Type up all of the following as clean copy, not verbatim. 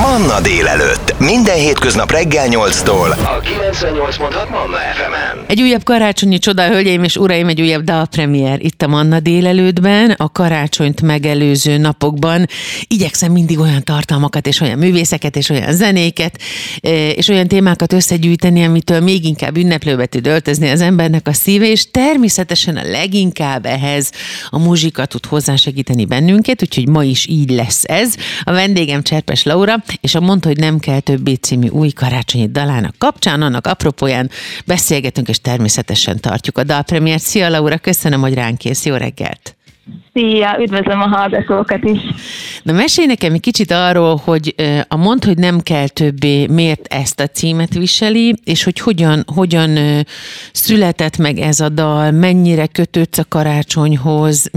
Manna délelőtt. Minden hétköznap reggel 8-tól a 98.6 Manna FM-en. Egy újabb karácsonyi csoda, hölgyeim és uraim, egy újabb dalpremiér itt a Manna délelőttben. A karácsonyt megelőző napokban igyekszem mindig olyan tartalmakat és olyan művészeket és olyan zenéket és olyan témákat összegyűjteni, amitől még inkább ünneplőbe tud öltözni az embernek a szíve, és természetesen a leginkább ehhez a muzsika tud hozzásegíteni bennünket, úgyhogy ma is így lesz ez. A vendégem Cserpes Laura, és a Mondd, hogy nem kell többé című új karácsonyi dalának kapcsán, annak apropóján beszélgetünk, és természetesen tartjuk a dalpremiért. Szia Laura, köszönöm, hogy ránk kész, jó reggelt! Szia, üdvözlöm a hallgatókat is! Na mesélj nekem egy kicsit arról, hogy a Mondd, hogy nem kell többé miért ezt a címet viseli, és hogy hogyan született meg ez a dal, mennyire kötődsz a karácsonyhoz,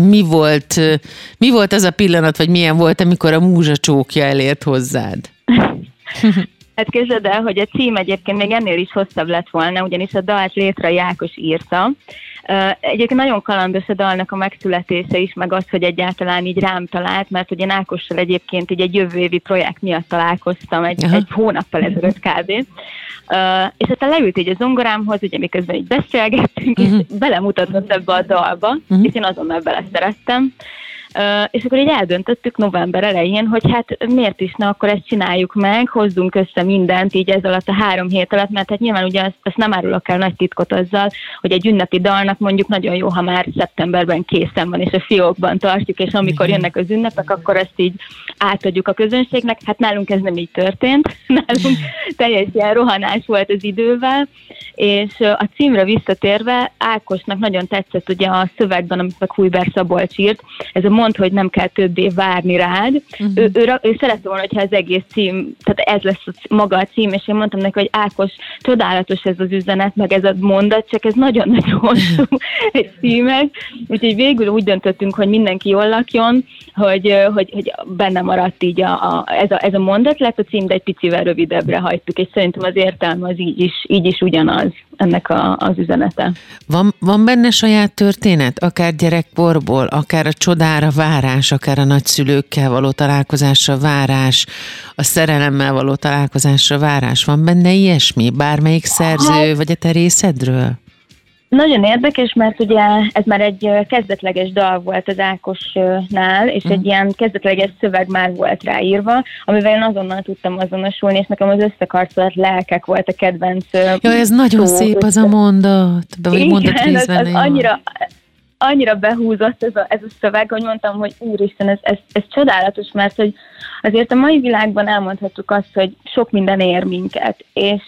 mi volt az a pillanat, vagy milyen volt, amikor a múzsa csókja elért hozzád? Hát képzeld el, hogy a cím egyébként még ennél is hosszabb lett volna, ugyanis a dalt Létrai Ákos írta. Egyébként nagyon kalandos a dalnak a megszületése is, meg az, hogy egyáltalán így rám talált, mert hogy én Ákossal egyébként így egy jövő évi projekt miatt találkoztam egy hónappal ezelőtt kb. És aztán leült így a zongorámhoz, ugye miközben így beszélgettünk, és belemutatott ebbe a dalba, és én azonnal beleszerettem. És akkor így eldöntöttük november elején, hogy hát miért is ne, akkor ezt csináljuk meg, hozzunk össze mindent így ez alatt a 3 hét alatt, mert hát nyilván ugye azt nem árulok el nagy titkot azzal, hogy egy ünnepi dalnak mondjuk nagyon jó, ha már szeptemberben készen van, és a fiókban tartjuk, és amikor jönnek az ünnepek, akkor ezt így átadjuk a közönségnek. Hát nálunk ez nem így történt, nálunk teljes ilyen rohanás volt az idővel, és a címre visszatérve Ákosnak nagyon tetszett ugye a szövegben, amit meg Hujber Szabolcs írt, ez a Mondd, hogy nem kell többé várni rád. Ő szerette volna, hogyha az egész cím, tehát ez lesz maga a cím, és én mondtam neki, hogy Ákos, csodálatos ez az üzenet, meg ez a mondat, csak ez nagyon-nagyon hosszú egy címek, úgyhogy végül úgy döntöttünk, hogy mindenki jól lakjon, hogy benne maradt így ez a mondat, lett a cím, de egy picivel rövidebbre hagytuk, és szerintem az értelme az így is ugyanaz ennek az üzenete. Van benne saját történet, akár gyerekkorból, akár a csodára várás, akár a nagyszülőkkel való találkozásra várás, a szerelemmel való találkozásra várás. Van benne ilyesmi? Bármelyik szerző, vagy a te részedről? Nagyon érdekes, mert ugye ez már egy kezdetleges dal volt az Ákosnál, és egy ilyen kezdetleges szöveg már volt ráírva, amivel én azonnal tudtam azonosulni, és nekem az összekarcolt lelkek volt a kedvenc. Ja, ez nagyon szép az a mondat. Igen, az annyira behúzott ez a szöveg, hogy mondtam, hogy úristen, ez csodálatos, mert hogy azért a mai világban elmondhatjuk azt, hogy sok minden ér minket, és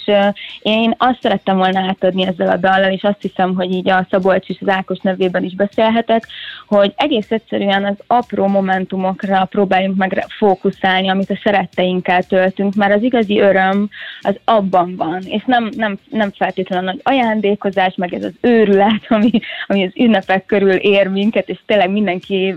én azt szerettem volna átadni ezzel a dallal, és azt hiszem, hogy így a Szabolcs és az Ákos nevében is beszélhetek, hogy egész egyszerűen az apró momentumokra próbáljunk meg fókuszálni, amit a szeretteinkkel töltünk, mert az igazi öröm az abban van, és nem feltétlenül nagy ajándékozás, meg ez az őrület, ami az ünnepek körül ér minket, és tényleg mindenki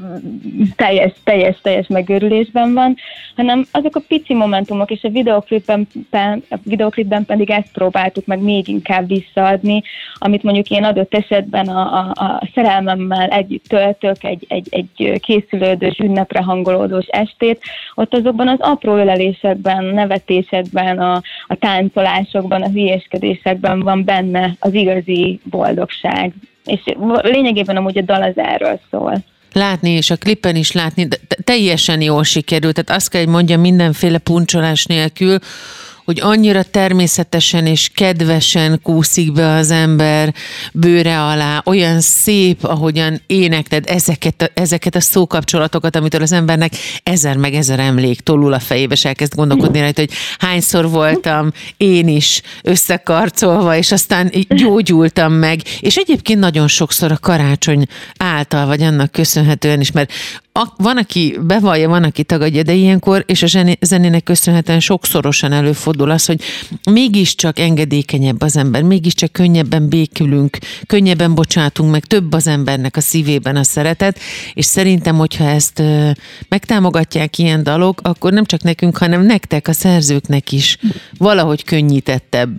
teljes megőrülésben van, hanem azok a pici momentumok, és a videoklipben pedig ezt próbáltuk meg még inkább visszaadni, amit mondjuk én adott esetben a szerelmemmel együtt töltök, egy készülődős, ünnepre hangolódós estét, ott azokban az apró ölelésekben, nevetésekben, a táncolásokban, a hülyéskedésekben van benne az igazi boldogság. És lényegében amúgy a dal az erről szól. Látni, és a klippen is látni, de teljesen jól sikerült. Tehát azt kell, hogy mondjam, mindenféle puncsolás nélkül, hogy annyira természetesen és kedvesen kúszik be az ember bőre alá, olyan szép, ahogyan énekled ezeket a szókapcsolatokat, amitől az embernek ezer emlék tolul a fejébe, és elkezd gondolkodni rajta, hogy hányszor voltam én is összekarcolva, és aztán gyógyultam meg, és egyébként nagyon sokszor a karácsony által, vagy annak köszönhetően is, mert van, aki bevallja, van, aki tagadja, de ilyenkor, és a zenének köszönhetően sokszorosan előfordul az, hogy mégiscsak engedékenyebb az ember, mégiscsak könnyebben békülünk, könnyebben bocsátunk meg, több az embernek a szívében a szeretet, és szerintem, hogyha ezt megtámogatják ilyen dalok, akkor nem csak nekünk, hanem nektek, a szerzőknek is valahogy könnyítettebb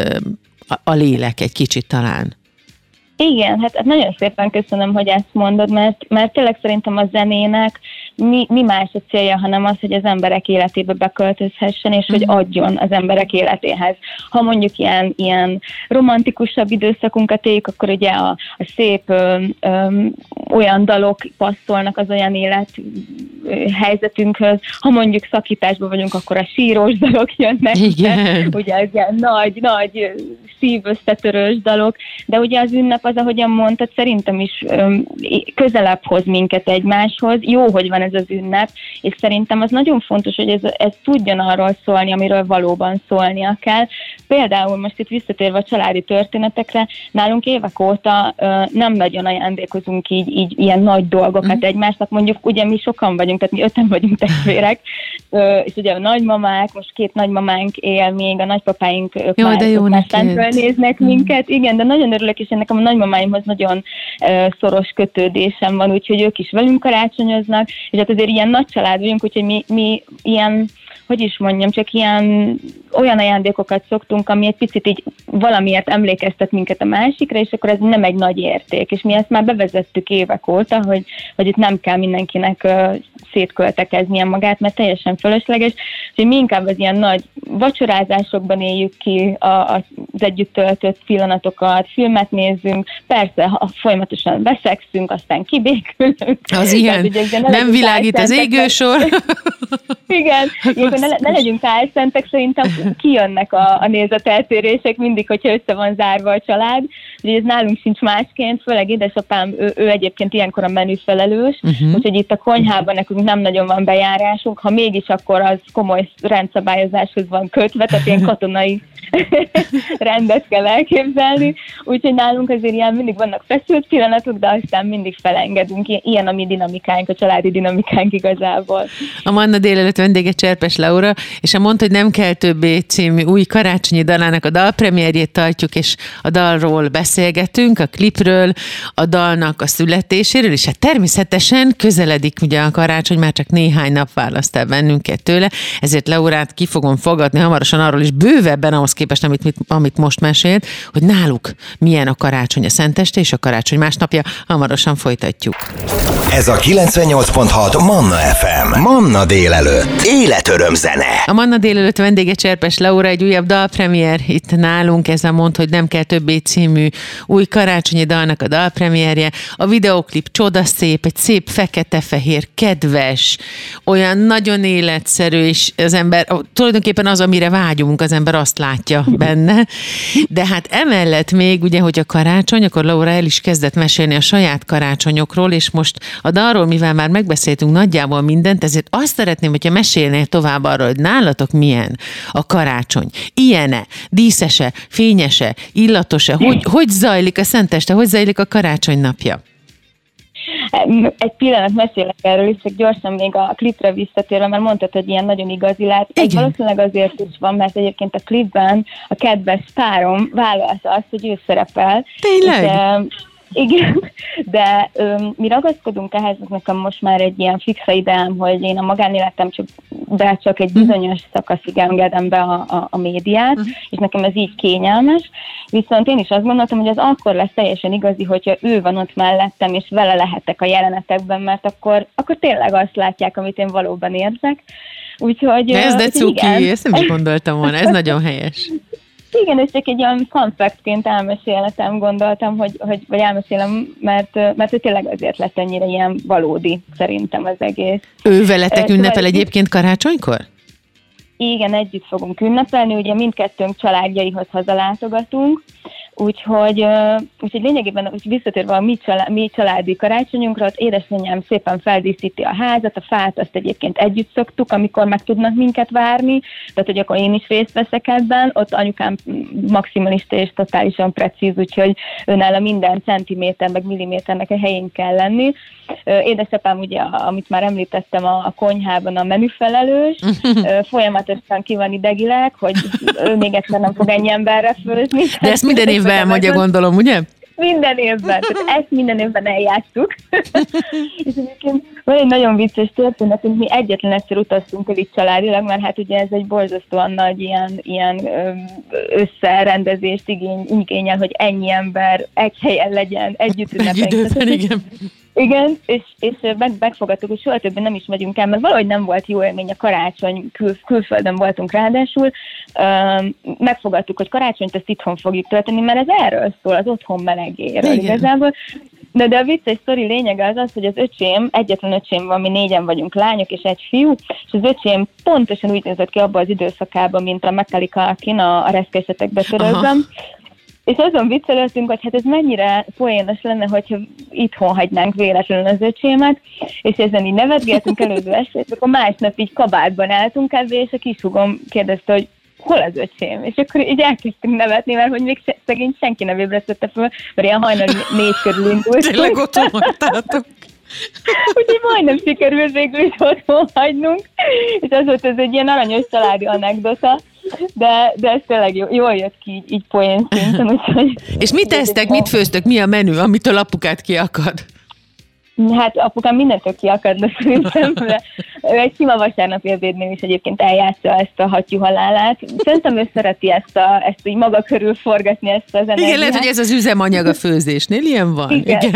a lélek egy kicsit talán. Igen, hát nagyon szépen köszönöm, hogy ezt mondod, mert tényleg szerintem a zenének mi más a célja, hanem az, hogy az emberek életébe beköltözhessen, és hogy adjon az emberek életéhez. Ha mondjuk ilyen romantikusabb időszakunkat éljük, akkor ugye a szép olyan dalok passzolnak az olyan élethelyzetünkhöz. Ha mondjuk szakításban vagyunk, akkor a síros dalok jönnek. Igen. Ugye ilyen nagy szívösszetörős dalok, de ugye az ünnep az, ahogyan mondtad, szerintem is közelebb hoz minket egymáshoz. Jó, hogy van ez az ünnep, és szerintem az nagyon fontos, hogy ez tudjon arról szólni, amiről valóban szólnia kell. Például most itt visszatérve a családi történetekre, nálunk évek óta nem nagyon ajándékozunk így ilyen nagy dolgokat egymásnak. Mondjuk ugye mi sokan vagyunk, tehát mi 5 vagyunk testvérek, és ugye a nagymamák, most 2 nagymamánk él még, a nagypapáink már fentről néznek minket. Igen, de nagyon örülök, és nekem a nagymamáimhoz nagyon szoros kötődésem van, úgyhogy ők is velünk karácsonyoznak, és hát azért ilyen nagy család vagyunk, úgyhogy mi ilyen, hogy is mondjam, csak olyan ajándékokat szoktunk, ami egy picit így valamiért emlékeztet minket a másikra, és akkor ez nem egy nagy érték. És mi ezt már bevezettük évek óta, hogy itt nem kell mindenkinek szétköltekeznie magát, mert teljesen fölösleges, és mi inkább az ilyen nagy vacsorázásokban éljük ki az együtt töltött pillanatokat, filmet nézzünk, persze folyamatosan veszekszünk, aztán kibékülünk. Az ilyen, nem világít az égősor. Igen, ne legyünk álszentek, szerintem kijönnek a nézeteltérések mindig, hogyha össze van zárva a család. Ugye ez nálunk sincs másként, főleg édesapám, ő egyébként ilyenkor a menüfelelős, úgyhogy itt a konyhában nekünk nem nagyon van bejárásunk, ha mégis, akkor az komoly rendszabályozáshoz van kötve, tehát ilyen katonai rendet kell elképzelni, úgyhogy nálunk azért ilyen mindig vannak feszült pillanatok, de aztán mindig felengedünk, ilyen a mi dinamikánk, a családi dinamikánk igazából. A Manna délelőtt vendége Cserpes Laura, és mondta, hogy Nem kell többé című új karácsonyi dalának a dalpremierjét tartjuk, és a dalról beszélgetünk, a klipről, a dalnak a születéséről, és hát természetesen közeledik ugye a karácsony, már csak néhány nap választ el bennünket tőle, ezért Laurát ki fogom fogadni hamarosan arról is bővebben ahhoz képest, amit most mesélt, hogy náluk milyen a karácsony, a Szenteste és a karácsony másnapja. Hamarosan folytatjuk. Ez a 98.6 Manna FM. Manna délelőtt. Életöröm zene. A Manna délelőtt vendége Cserpes Laura, egy újabb dalpremiér itt nálunk, ezzel mond, hogy Nem kell többé című új karácsonyi dalnak a dalpremierje. A videóklip csodaszép, egy szép fekete-fehér, kedves, olyan nagyon életszerű, és az ember, tulajdonképpen az, amire vágyunk, az ember azt látja benne. De hát emellett még, ugye, hogy a karácsony, akkor Laura el is kezdett mesélni a saját karácsonyokról, és most a dalról, mivel már megbeszéltünk nagyjából mindent, ezért azt szeretném, hogyha mesélnél tovább arról, hogy nálatok milyen a karácsony. Ilyen-e, díszese, fényese, illatos-e, hogy zajlik a Szenteste, hogy zajlik a karácsony napja? Egy pillanat mesélek erről is, csak gyorsan még a klipre visszatérve, mert mondtad, hogy ilyen nagyon igazi lát. Ez valószínűleg azért is van, mert egyébként a klipben a kedves párom vállalta azt, hogy ő szerepel. Tényleg? Igen, de mi ragaszkodunk ehhez, nekem most már egy ilyen fixa ideám, hogy én a magánéletem csak egy bizonyos szakaszig engedem be a médiát, és nekem ez így kényelmes. Viszont én is azt gondoltam, hogy az akkor lesz teljesen igazi, hogyha ő van ott mellettem, és vele lehetek a jelenetekben, mert akkor tényleg azt látják, amit én valóban érzek. Úgyhogy, ez de cuki, igen. Ezt nem is gondoltam volna, ez nagyon helyes. Igen, ez csak egy olyan fun fact-ként elmesélhetem, gondoltam, vagy elmesélem, mert tényleg azért lett ennyire ilyen valódi, szerintem az egész. Ő veletek ünnepel egyébként karácsonykor? Igen, együtt fogunk ünnepelni, ugye mindkettőnk családjaihoz hazalátogatunk, úgyhogy lényegében úgy visszatérve a mi családi karácsonyunkra, ott édesanyám szépen feldíszíti a házat, a fát azt egyébként együtt szoktuk, amikor meg tudnak minket várni, tehát hogy akkor én is részt veszek ebben, ott anyukám maximalista és totálisan precíz, úgyhogy őnála minden centiméter, meg milliméternek a helyén kell lenni. Édesapám ugye, amit már említettem a konyhában a menüfelelős, folyamatosan ki van idegileg, hogy ő még egyszer nem fog ennyi emberre főzni. De ezt minden évben elmondja, gondolom, ugye? Minden évben, tehát ezt minden évben eljátszuk. És egyébként van egy nagyon vicces történet, hogy mi egyetlen egyszer utaztunk el itt családilag, mert hát ugye ez egy borzasztóan nagy ilyen összerendezést igényel, hogy ennyi ember egy helyen legyen, együtt ünnepeljünk. Igen. Igen, és megfogadtuk, hogy soha többé nem is megyünk el, mert valahogy nem volt jó élmény a karácsony, külföldön voltunk ráadásul. Megfogadtuk, hogy karácsonyt ezt itthon fogjuk tölteni, mert ez erről szól, az otthon melegéről igazából. De a vicces sztori lényege az, hogy az öcsém, egyetlen öcsém van, mi 4-en vagyunk lányok és egy fiú, és az öcsém pontosan úgy nézett ki abban az időszakában, mint a Macaulay Culkin a Reszkesetek betörőkben. És azon viccelődtünk, hogy hát ez mennyire poénos lenne, hogyha itthon hagynánk véletlenül az öcsémet, és ezen így nevetgéltünk előző estét, és akkor másnap így kabátban álltunk kb. És a kishúgom kérdezte, hogy hol az öcsém? És akkor így elkezdtünk nevetni, mert hogy még szegény senki nem ébresztette föl, mert ilyen hajnali 4 körül indult. Tényleg otthon hagytátok. Úgyhogy majdnem sikerült végül is otthon hagynunk, és az volt ez egy ilyen aranyos családi anekdota, de ez tényleg jól jött ki így poén szinten. Úgyhogy és mit tesztek, mit főztök, mi a menü, amitől apukát kiakad? Hát apukám mindentől kiakadna szerintem, de ő egy sima vasárnapi ebédnél is egyébként eljátsza ezt a hattyú halálát. Szerintem ő szereti ezt így maga körül forgatni ezt az energiát. Igen, lehet, hogy ez az üzemanyag a főzésnél, ilyen van.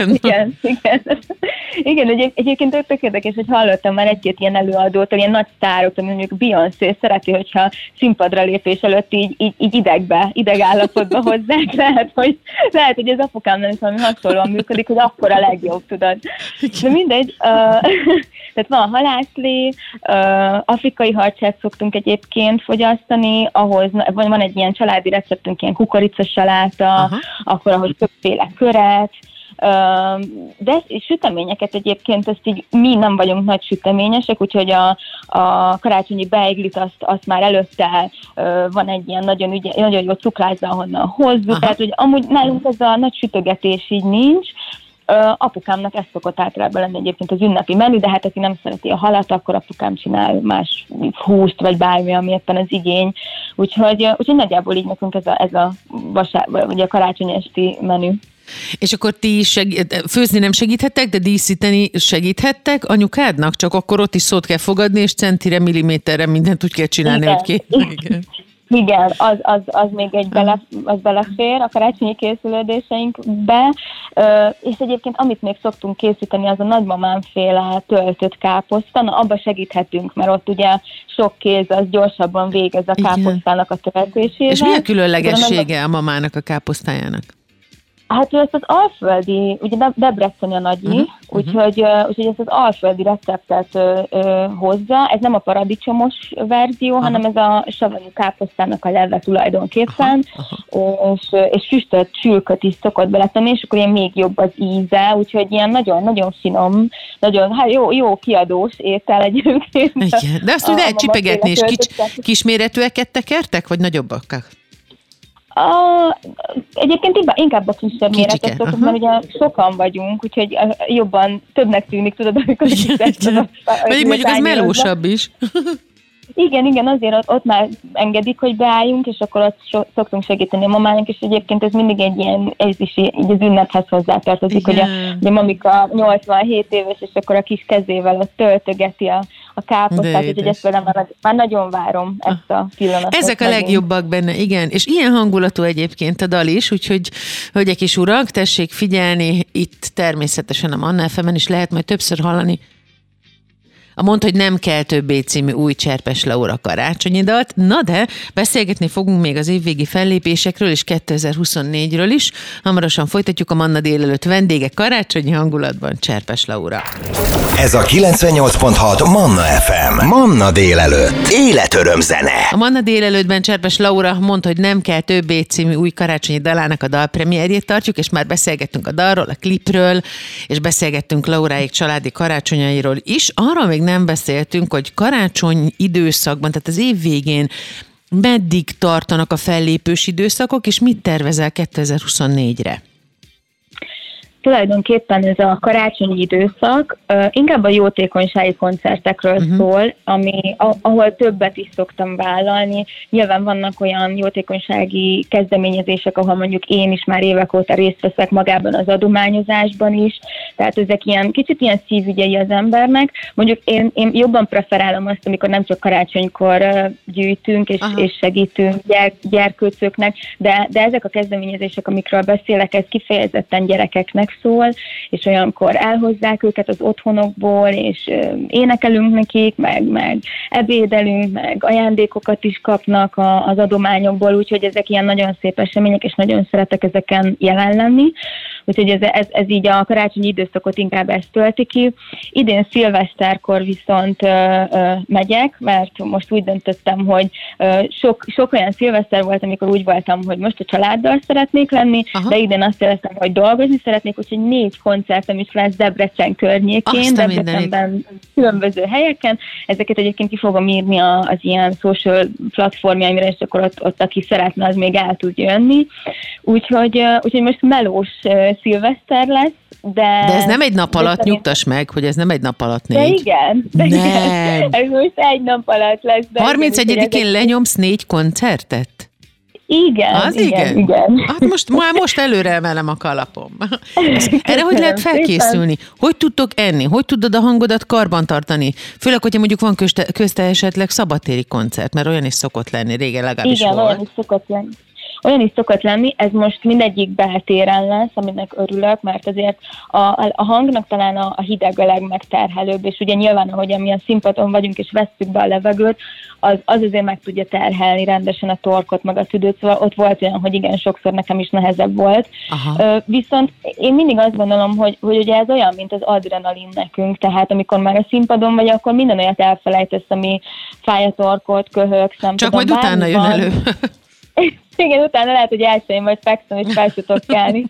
Igen, egyébként tök érdekes, hogy hallottam már egy-két ilyen előadótól, ilyen nagy sztároktól, mondjuk Beyoncé szereti, hogyha színpadra lépés előtt így ideg állapotba hozzák. Lehet, hogy ez apukámnál is valami hasonlóan működik, hogy akkor a legjobb, tudod. De mindegy, tehát van halászlé, afrikai harcsát szoktunk egyébként fogyasztani, ahhoz van egy ilyen családi receptünk, ilyen kukoricasaláta, akkor ahhoz többféle köret, de süteményeket egyébként, ezt így mi nem vagyunk nagy süteményesek, úgyhogy a karácsonyi beiglit azt már előtte van egy ilyen nagyon jó cukrászda, ahonnan hozzuk, tehát hogy amúgy nálunk ez a nagy sütögetés így nincs. Apukámnak ez szokott általában lenni egyébként az ünnepi menü, de hát aki nem szereti a halat, akkor apukám csinál más húst, vagy bármi, ami éppen az igény. Úgyhogy nagyjából így nekünk ez a vagy a karácsony esti menü. És akkor ti is főzni nem segíthettek, de díszíteni segíthettek anyukádnak? Csak akkor ott is szót kell fogadni, és centire, milliméterre mindent úgy kell csinálni, hogy ki. Igen, az még az belefér a karácsonyi készülődéseinkbe, és egyébként amit még szoktunk készíteni, az a nagymamámféle töltött káposzta, abba segíthetünk, mert ott ugye sok kéz az gyorsabban végez a káposztának a töltésével. És mi a különlegessége a mamának a káposztájának? Hát ő ezt az alföldi, ugye Debreceni a nagyi, úgyhogy ezt az alföldi receptet hozza. Ez nem a paradicsomos verzió, hanem ez a savanyú káposztának a leve tulajdonképpen, és füstölt sülköt is szokott beletenni, és akkor ilyen még jobb az íze, úgyhogy ilyen nagyon-nagyon finom, nagyon jó kiadós étel egyébként. Igen. De azt úgy lehet csipegetni, és kisméretűeket tekertek, vagy nagyobbak? Egyébként inkább a kisebb méretet szoktuk, mert ugye sokan vagyunk, úgyhogy többnek tűnik, tudod, amikor mondjuk az melósabb is. Igen, azért ott már engedik, hogy beálljunk, és akkor ott szoktunk segíteni a mamának, és egyébként ez mindig egy ilyen, ez is így az ünnephez hozzátartozik, hogy a mamika 87 éves, és akkor a kis kezével ott töltögeti a káposztát, úgyhogy ezt velem már nagyon várom ezt a pillanatot. Ezek a legjobbak benne, igen, és ilyen hangulatú egyébként a dal is, úgyhogy hölgyek és urak, tessék figyelni, itt természetesen a Manna FM-en is lehet majd többször hallani a Mondd, hogy nem kell többé című új Cserpes Laura karácsonyi dalt. Na de beszélgetni fogunk még az évvégi fellépésekről és 2024-ről is. Hamarosan folytatjuk a Manna délelőtt vendége karácsonyi hangulatban Cserpes Laura. Ez a 98.6 Manna FM. Manna délelőtt. Életöröm zene. A Manna délelőttben Cserpes Laura Mondd, hogy nem kell többé című új karácsonyi dalának a dalpremierjét tartjuk, és már beszélgettünk a dalról, a klipről, és beszélgettünk Lauráék családi karácsonyairól is. Arra még nem beszéltünk, hogy karácsony időszakban, tehát az év végén meddig tartanak a fellépős időszakok, és mit tervezel 2024-re? Tulajdonképpen ez a karácsonyi időszak inkább a jótékonysági koncertekről szól, ahol többet is szoktam vállalni. Nyilván vannak olyan jótékonysági kezdeményezések, ahol mondjuk én is már évek óta részt veszek magában az adományozásban is, tehát ezek kicsit ilyen szívügyei az embernek. Mondjuk én jobban preferálom azt, amikor nem csak karácsonykor gyűjtünk és segítünk gyerkőcöknek, de ezek a kezdeményezések, amikről beszélek, ez kifejezetten gyerekeknek szól, és olyankor elhozzák őket az otthonokból, és énekelünk nekik, meg ebédelünk, meg ajándékokat is kapnak az adományokból, úgyhogy ezek ilyen nagyon szép események, és nagyon szeretek ezeken jelen lenni. Úgyhogy ez így a karácsonyi időszakot inkább ezt tölti ki. Idén szilveszterkor viszont megyek, mert most úgy döntöttem, hogy sok olyan szilveszter volt, amikor úgy voltam, hogy most a családdal szeretnék lenni, de idén azt éreztem, hogy dolgozni szeretnék, úgyhogy 4 koncertem is lesz Debrecen környékén, Debrecenben különböző helyeken. Ezeket egyébként ki fogom írni az ilyen social platformjaimra, és akkor ott aki szeretne, az még el tud jönni. Úgyhogy most melós szilveszter lesz, de ez nem egy nap alatt, nyugtass meg, hogy ez nem egy nap alatt 4. De igen. Ez most egy nap alatt lesz. 31-én lenyomsz 4 koncertet? Igen. Az igen? Hát most előre emelem a kalapom. Erre hogy lehet felkészülni? Hogy tudtok enni? Hogy tudod a hangodat karbantartani? Főleg, hogyha mondjuk van közte esetleg szabadtéri koncert, mert olyan is szokott lenni, régen legalábbis volt. Igen, olyan is szokott lenni, ez most mindegyik beltéren lesz, aminek örülök, mert azért a hangnak talán a hideg a legmegterhelőbb, és ugye nyilván, ahogy mi a színpadon vagyunk, és vesszük be a levegőt, az azért meg tudja terhelni rendesen a torkot, meg a tüdőt, szóval ott volt olyan, hogy igen, sokszor nekem is nehezebb volt. Viszont én mindig azt gondolom, hogy ugye ez olyan, mint az adrenalin nekünk, tehát amikor már a színpadon vagy, akkor minden olyat elfelejtesz, ami fáj a torkot, köhögsz, nem csak tudom, majd utána jön elő. Igen, utána lehet, hogy elsőjén majd fekszem, és fel tudok kelni.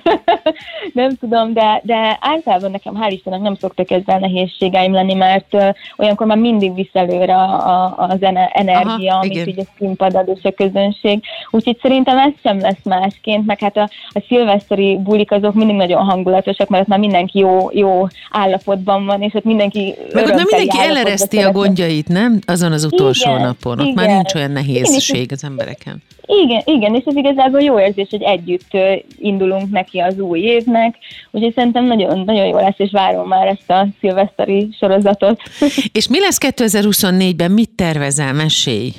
Nem tudom, de általában nekem hál' Istennek nem szoktak ezzel nehézségeim lenni, mert olyankor már mindig visz előre az energia, amit így a színpad ad és a közönség. Úgyhogy szerintem ez sem lesz másként, meg hát a szilveszteri bulik azok mindig nagyon hangulatosak, mert ott már mindenki jó állapotban van, és ott mindenki meg ott mindenki elereszti a gondjait, nem? Azon az utolsó napon. Ott már nincs olyan nehézség az embereken. Igen, és ez igazából jó érzés, hogy együtt indulunk neki az új évnek, úgyhogy szerintem nagyon, nagyon jó lesz, és várom már ezt a szilveszteri sorozatot. És mi lesz 2024-ben? Mit tervezel? Mesélj!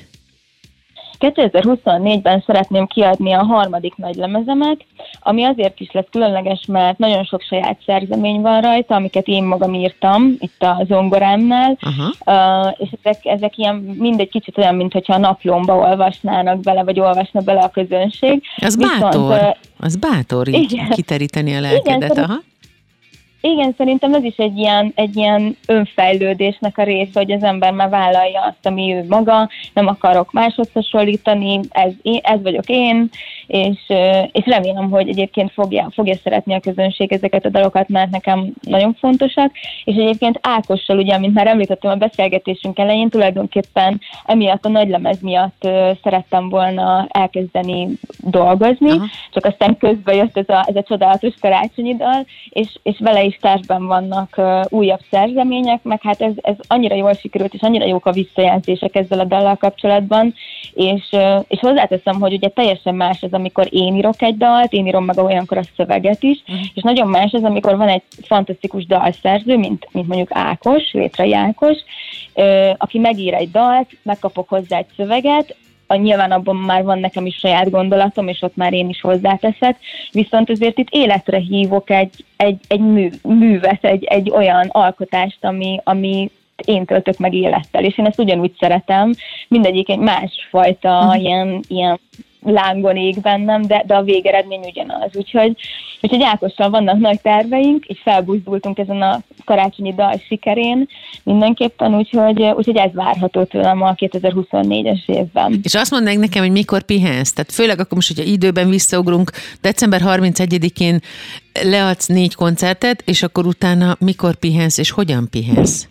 2024-ben szeretném kiadni a 3. nagy lemezemet, ami azért is lesz különleges, mert nagyon sok saját szerzemény van rajta, amiket én magam írtam itt a zongorámnál, és ezek ilyen mindegy kicsit olyan, mintha a naplómba olvasnának bele, vagy olvasna bele a közönség. Az bátor így kiteríteni a lelkedet. Igen, szerintem ez is egy ilyen önfejlődésnek a része, hogy az ember már vállalja azt, ami ő maga, nem akarok máshoz hasonlítani, ez vagyok én, és remélem, hogy egyébként fogja szeretni a közönség ezeket a dalokat, mert nekem nagyon fontosak, és egyébként Ákossal, ugye, mint már említettem a beszélgetésünk elején, tulajdonképpen emiatt a nagylemez miatt szerettem volna elkezdeni dolgozni, csak aztán közben jött ez a csodálatos karácsonyi dal, és vele is társban vannak újabb szerzemények, meg hát ez annyira jól sikerült, és annyira jók a visszajelzések ezzel a dallal kapcsolatban, és hozzáteszem, hogy ugye teljesen más az, amikor én írok egy dalt, én írom meg olyankor a szöveget is, és nagyon más az, amikor van egy fantasztikus dalszerző, mint mondjuk Ákos, Létrai Ákos, aki megír egy dalt, megkapok hozzá egy szöveget, nyilván abban már van nekem is saját gondolatom, és ott már én is hozzáteszek, viszont azért itt életre hívok egy művet, egy olyan alkotást, ami én töltök meg élettel, és én ezt ugyanúgy szeretem, mindegyik egy másfajta ilyen lángon ég bennem, de a végeredmény ugyanaz. Úgyhogy Ákossal vannak nagy terveink, és felbuzdultunk ezen a karácsonyi dal sikerén mindenképpen, úgyhogy ez várható tőlem a 2024-es évben. És azt mondd nekem, hogy mikor pihensz? Tehát főleg akkor most, hogyha időben visszaugrunk, december 31-én leadsz 4 koncertet, és akkor utána mikor pihensz, és hogyan pihensz?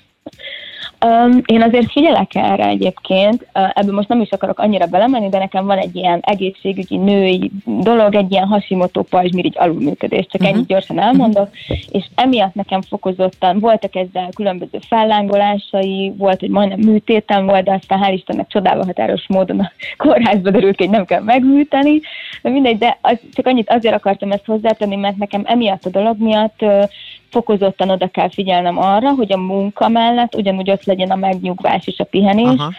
Én azért figyelek erre egyébként, ebből most nem is akarok annyira belemenni, de nekem van egy ilyen egészségügyi női dolog, egy ilyen Hashimoto pajzsmirigy alulműködés, csak ennyit gyorsan elmondok, és emiatt nekem fokozottan voltak ezzel különböző fellángolásai, volt, hogy majdnem műtétem volt, de aztán hál' Istennek csodálva határos módon a kórházba derült, hogy nem kell megműteni, de mindegy, de csak annyit azért akartam ezt hozzátenni, mert nekem emiatt a dolog miatt fokozottan oda kell figyelnem arra, hogy a munka mellett ugyanúgy ott legyen a megnyugvás és a pihenés,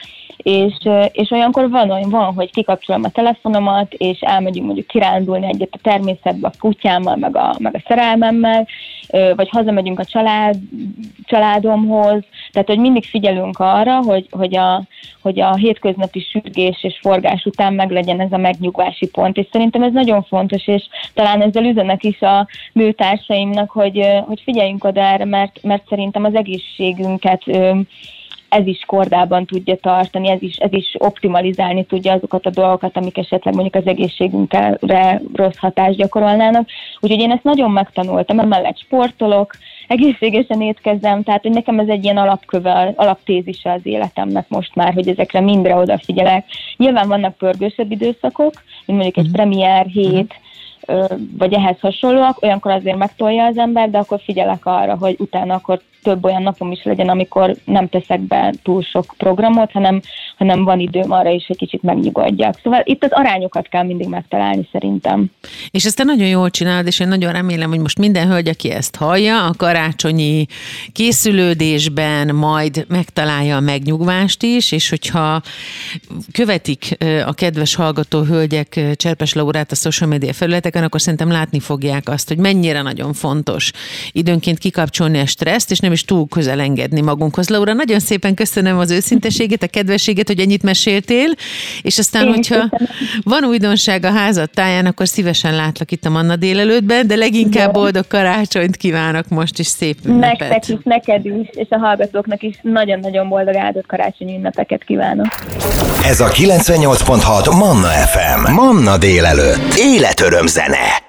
és olyankor van, hogy kikapcsolom a telefonomat, és elmegyünk mondjuk kirándulni egyet a természetbe a kutyámmal, meg a szerelmemmel, vagy hazamegyünk a családomhoz, tehát hogy mindig figyelünk arra, hogy a hétköznapi sürgés és forgás után meglegyen ez a megnyugvási pont, és szerintem ez nagyon fontos, és talán ezzel üzenek is a nőtársaimnak, hogy figyeljünk oda erre, mert szerintem az egészségünket ez is kordában tudja tartani, ez is optimalizálni tudja azokat a dolgokat, amik esetleg mondjuk az egészségünkre rossz hatást gyakorolnának. Úgyhogy én ezt nagyon megtanultam, emellett sportolok, egészségesen étkezem, tehát hogy nekem ez egy ilyen alaptézise az életemnek most már, hogy ezekre mindre odafigyelek. Nyilván vannak pörgősebb időszakok, mint mondjuk egy premier hét, vagy ehhez hasonlóak, olyankor azért megtolja az ember, de akkor figyelek arra, hogy utána akkor több olyan napom is legyen, amikor nem teszek be túl sok programot, hanem van időm arra is, hogy kicsit megnyugodjak. Szóval itt az arányokat kell mindig megtalálni szerintem. És ezt te nagyon jól csinálod, és én nagyon remélem, hogy most minden hölgy, aki ezt hallja, a karácsonyi készülődésben majd megtalálja a megnyugvást is, és hogyha követik a kedves hallgató hölgyek Cserpes Laurát a social media felületeken, akkor szerintem látni fogják azt, hogy mennyire nagyon fontos időnként kikapcsolni a stresszt, és nem is túl közel engedni magunkhoz. Laura, nagyon szépen köszönöm az őszinteséget, a kedvességet, hogy ennyit meséltél, és aztán, hogyha van újdonság a házad táján, akkor szívesen látlak itt a Manna délelőttben, de leginkább boldog karácsonyt kívánok most, és szép ünnepet. Nektek is, neked is, és a hallgatóknak is nagyon-nagyon boldog áldott karácsonyi ünnepeket kívánok. Ez a 98.6 Manna FM. Manna délelőtt. Életöröm zene.